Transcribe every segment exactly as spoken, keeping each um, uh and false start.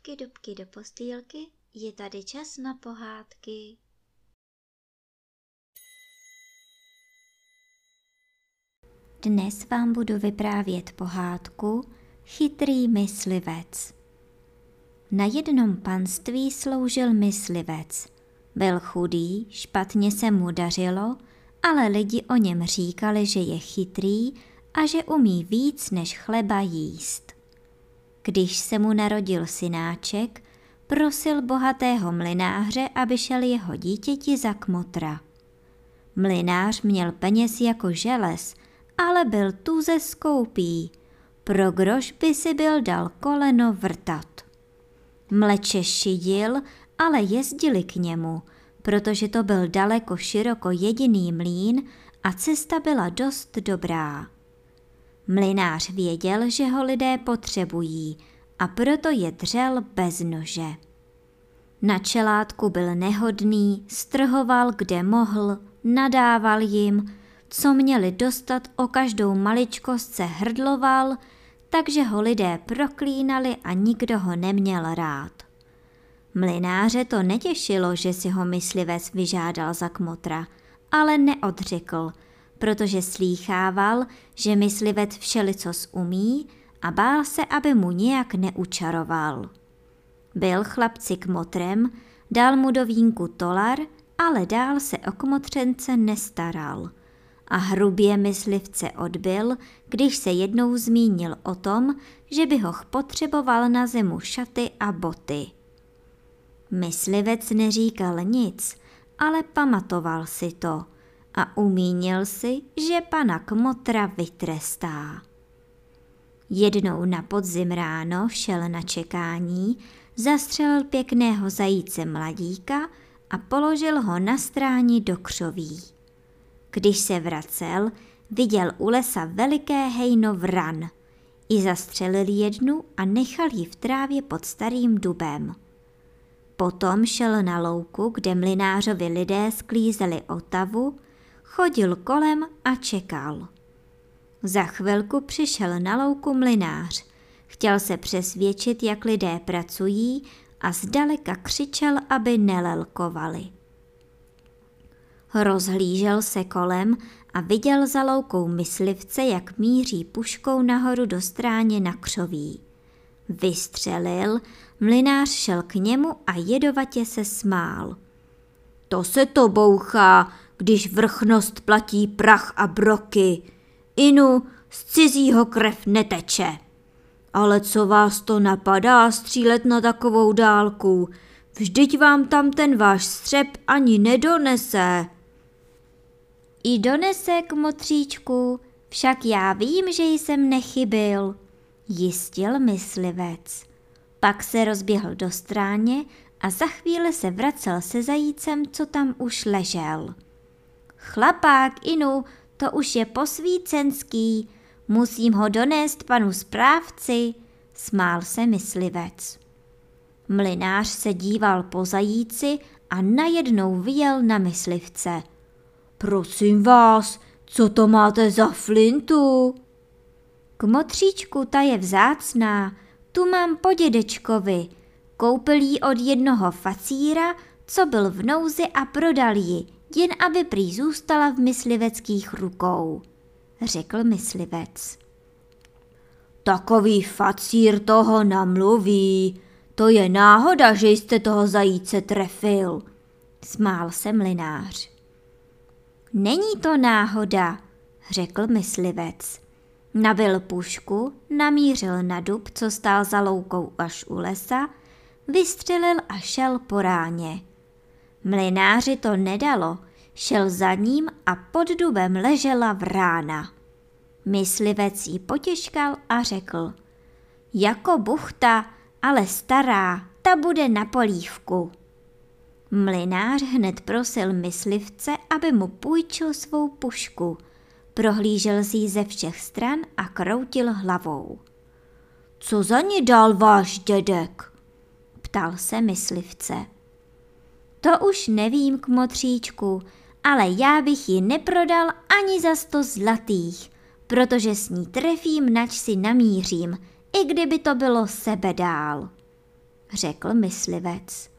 Dubky, dubky do postýlky, je tady čas na pohádky. Dnes vám budu vyprávět pohádku Chytrý myslivec. Na jednom panství sloužil myslivec. Byl chudý, špatně se mu dařilo, ale lidi o něm říkali, že je chytrý a že umí víc než chleba jíst. Když se mu narodil synáček, prosil bohatého mlynáře, aby šel jeho dítěti za kmotra. Mlynář měl peněz jako želez, ale byl tuze skoupý. Pro groš by si byl dal koleno vrtat. Mleče šidil, ale jezdili k němu, protože to byl daleko široko jediný mlýn a cesta byla dost dobrá. Mlynář věděl, že ho lidé potřebují, a proto je dřel bez nože. Na čelátku byl nehodný, strhoval kde mohl, nadával jim, co měli dostat, o každou maličkost se hrdloval, takže ho lidé proklínali a nikdo ho neměl rád. Mlynáře to netěšilo, že si ho myslivec vyžádal za kmotra, ale neodřekl, protože slýchával, že myslivec všelicos umí a bál se, aby mu nějak neučaroval. Byl chlapci kmotrem, dal mu do vínku tolar, ale dál se o kmotřence nestaral. A hrubě myslivce odbyl, když se jednou zmínil o tom, že by ho potřeboval na zimu šaty a boty. Myslivec neříkal nic, ale pamatoval si to a umínil si, že pana kmotra vytrestá. Jednou na podzim ráno šel na čekání, zastřelil pěkného zajíce mladíka a položil ho na stráni do křoví. Když se vracel, viděl u lesa veliké hejno vran. I zastřelil jednu a nechal ji v trávě pod starým dubem. Potom šel na louku, kde mlynářovi lidé sklízeli otavu, chodil kolem a čekal. Za chvilku přišel na louku mlynář. Chtěl se přesvědčit, jak lidé pracují, a zdaleka křičel, aby nelelkovali. Rozhlížel se kolem a viděl za loukou myslivce, jak míří puškou nahoru do stráně na křoví. Vystřelil, mlynář šel k němu a jedovatě se smál. To se to bouchá, když vrchnost platí prach a broky. Inu, z cizího krev neteče. Ale co vás to napadá střílet na takovou dálku? Vždyť vám tam ten váš střep ani nedonese. I donese, kmotříčku, však já vím, že jsem nechybil, jistil myslivec. Pak se rozběhl do stráně a za chvíli se vracel se zajícem, co tam už ležel. Chlapák, Inu, to už je posvícenský, musím ho donést panu správci, smál se myslivec. Mlynář se díval po zajíci a najednou vyjel na myslivce. Prosím vás, co to máte za flintu? Kmotříčku, ta je vzácná, tu mám po dědečkovi. Koupil ji od jednoho facíra, co byl v nouzi a prodal ji, jen aby prý zůstala v mysliveckých rukou, řekl myslivec. Takový facír toho namluví, to je náhoda, že jste toho zajíce trefil, smál se mlynář. Není to náhoda, řekl myslivec. Nabil pušku, namířil na dub, co stál za loukou až u lesa, vystřelil a šel po ráně. Mlynáři to nedalo, šel za ním a pod dubem ležela vrána. Myslivec ji potěškal a řekl, jako buchta, ale stará, ta bude na polívku. Mlynář hned prosil myslivce, aby mu půjčil svou pušku. Prohlížel si ji ze všech stran a kroutil hlavou. Co za ní dal váš dědek? Ptal se myslivce. To už nevím, kmotříčku, ale já bych ji neprodal ani za sto zlatých, protože s ní trefím, nač si namířím, i kdyby to bylo sebedál. řekl myslivec.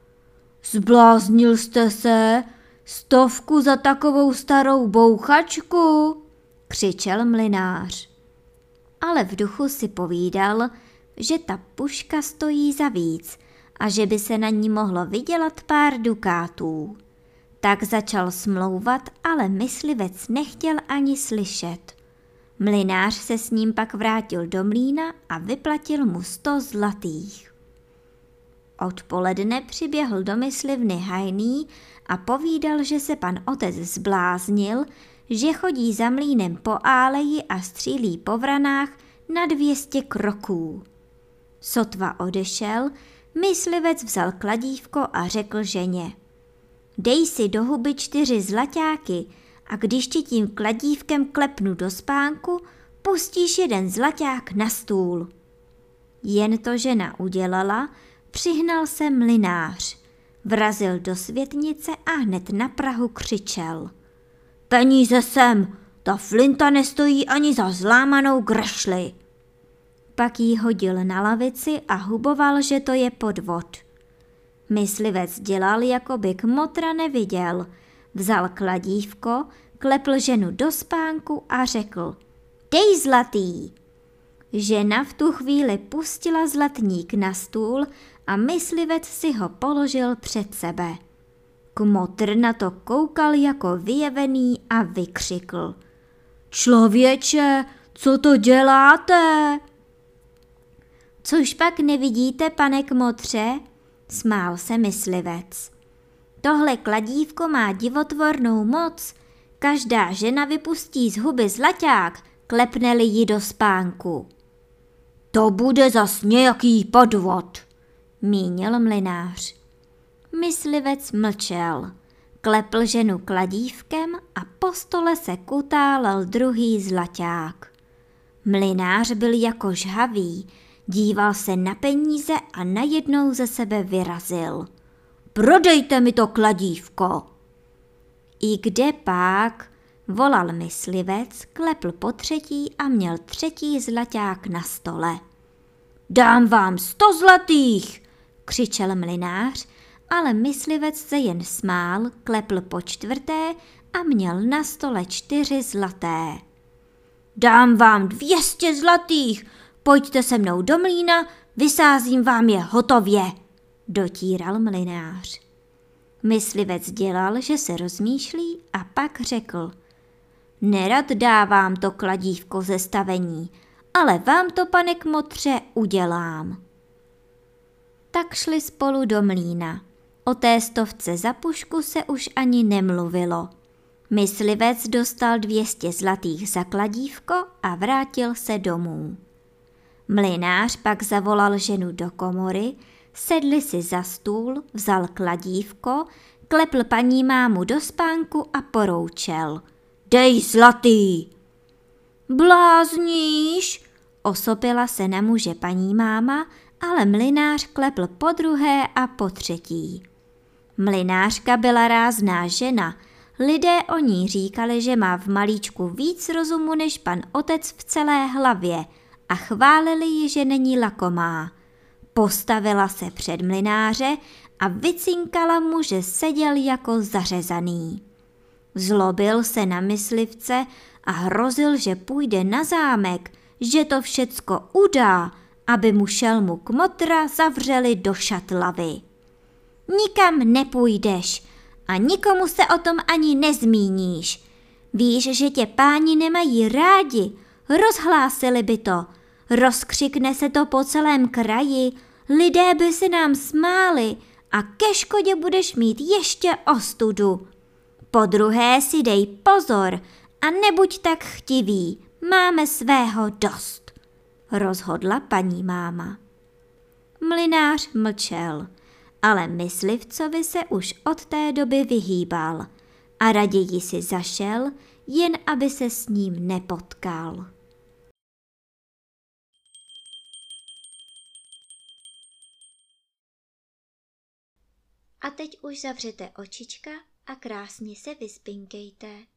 Zbláznil jste se? Stovku za takovou starou bouchačku? Křičel mlynář. Ale v duchu si povídal, že ta puška stojí za víc a že by se na ní mohlo vydělat pár dukátů. Tak začal smlouvat, ale myslivec nechtěl ani slyšet. Mlynář se s ním pak vrátil do mlýna a vyplatil mu sto zlatých. Odpoledne přiběhl do myslivny hajný a povídal, že se pan otec zbláznil, že chodí za mlýnem po áleji a střílí po vranách na dvě stě kroků. Sotva odešel, myslivec vzal kladívko a řekl ženě: Dej si do huby čtyři zlaťáky a když ti tím kladívkem klepnu do spánku, pustíš jeden zlaťák na stůl. Jen to žena udělala, přihnal se mlynář, vrazil do světnice a hned na prahu křičel: Peníze sem, ta flinta nestojí ani za zlámanou grešli. Pak jí hodil na lavici a huboval, že to je podvod. Myslivec dělal, jako by kmotra neviděl, vzal kladívko, klepl ženu do spánku a řekl: Dej zlatý! Žena v tu chvíli pustila zlatník na stůl a myslivec si ho položil před sebe. Kmotr na to koukal jako vyjevený a vykřikl: Člověče, co to děláte? Což pak nevidíte, pane kmotře? Smál se myslivec. Tohle kladívko má divotvornou moc. Každá žena vypustí z huby zlaťák, klepne-li ji do spánku. To bude zas nějaký podvod, mínil mlynář. Myslivec mlčel, klepl ženu kladívkem a po stole se kutálel druhý zlaťák. Mlynář byl jako žhavý, díval se na peníze a najednou ze sebe vyrazil. Prodejte mi to kladívko! I kde pak, volal myslivec, klepl po třetí a měl třetí zlaťák na stole. Dám vám sto zlatých, křičel mlynář, ale myslivec se jen smál, klepl po čtvrté a měl na stole čtyři zlaté. Dám vám dvě stě zlatých, pojďte se mnou do mlýna, vysázím vám je hotově, dotíral mlynář. Myslivec dělal, že se rozmýšlí a pak řekl: Nerad dávám to kladívko ze stavení, ale vám to, pane kmotře, udělám. Tak šli spolu do mlýna. O té stovce za pušku se už ani nemluvilo. Myslivec dostal dvě stě zlatých za kladívko a vrátil se domů. Mlynář pak zavolal ženu do komory, sedli si za stůl, vzal kladívko, klepl paní mámu do spánku a poroučel: Dej zlatý! Blázníš? Osopila se na muže paní máma, ale mlynář klepl po druhé a po třetí. Mlynářka byla rázná žena, lidé o ní říkali, že má v malíčku víc rozumu než pan otec v celé hlavě a chválili ji, že není lakomá. Postavila se před mlynáře a vycinkala mu, že seděl jako zařezaný. Zlobil se na myslivce a hrozil, že půjde na zámek, že to všecko udá, aby mu šelmu kmotra zavřeli do šatlavy. Nikam nepůjdeš a nikomu se o tom ani nezmíníš. Víš, že tě páni nemají rádi, rozhlásili by to. Rozkřikne se to po celém kraji, lidé by si nám smáli a ke škodě budeš mít ještě ostudu. Po druhé si dej pozor a nebuď tak chtivý, máme svého dost, rozhodla paní máma. Mlynář mlčel, ale myslivcovi se už od té doby vyhýbal a raději si zašel, jen aby se s ním nepotkal. A teď už zavřete očička a krásně se vyspinkejte.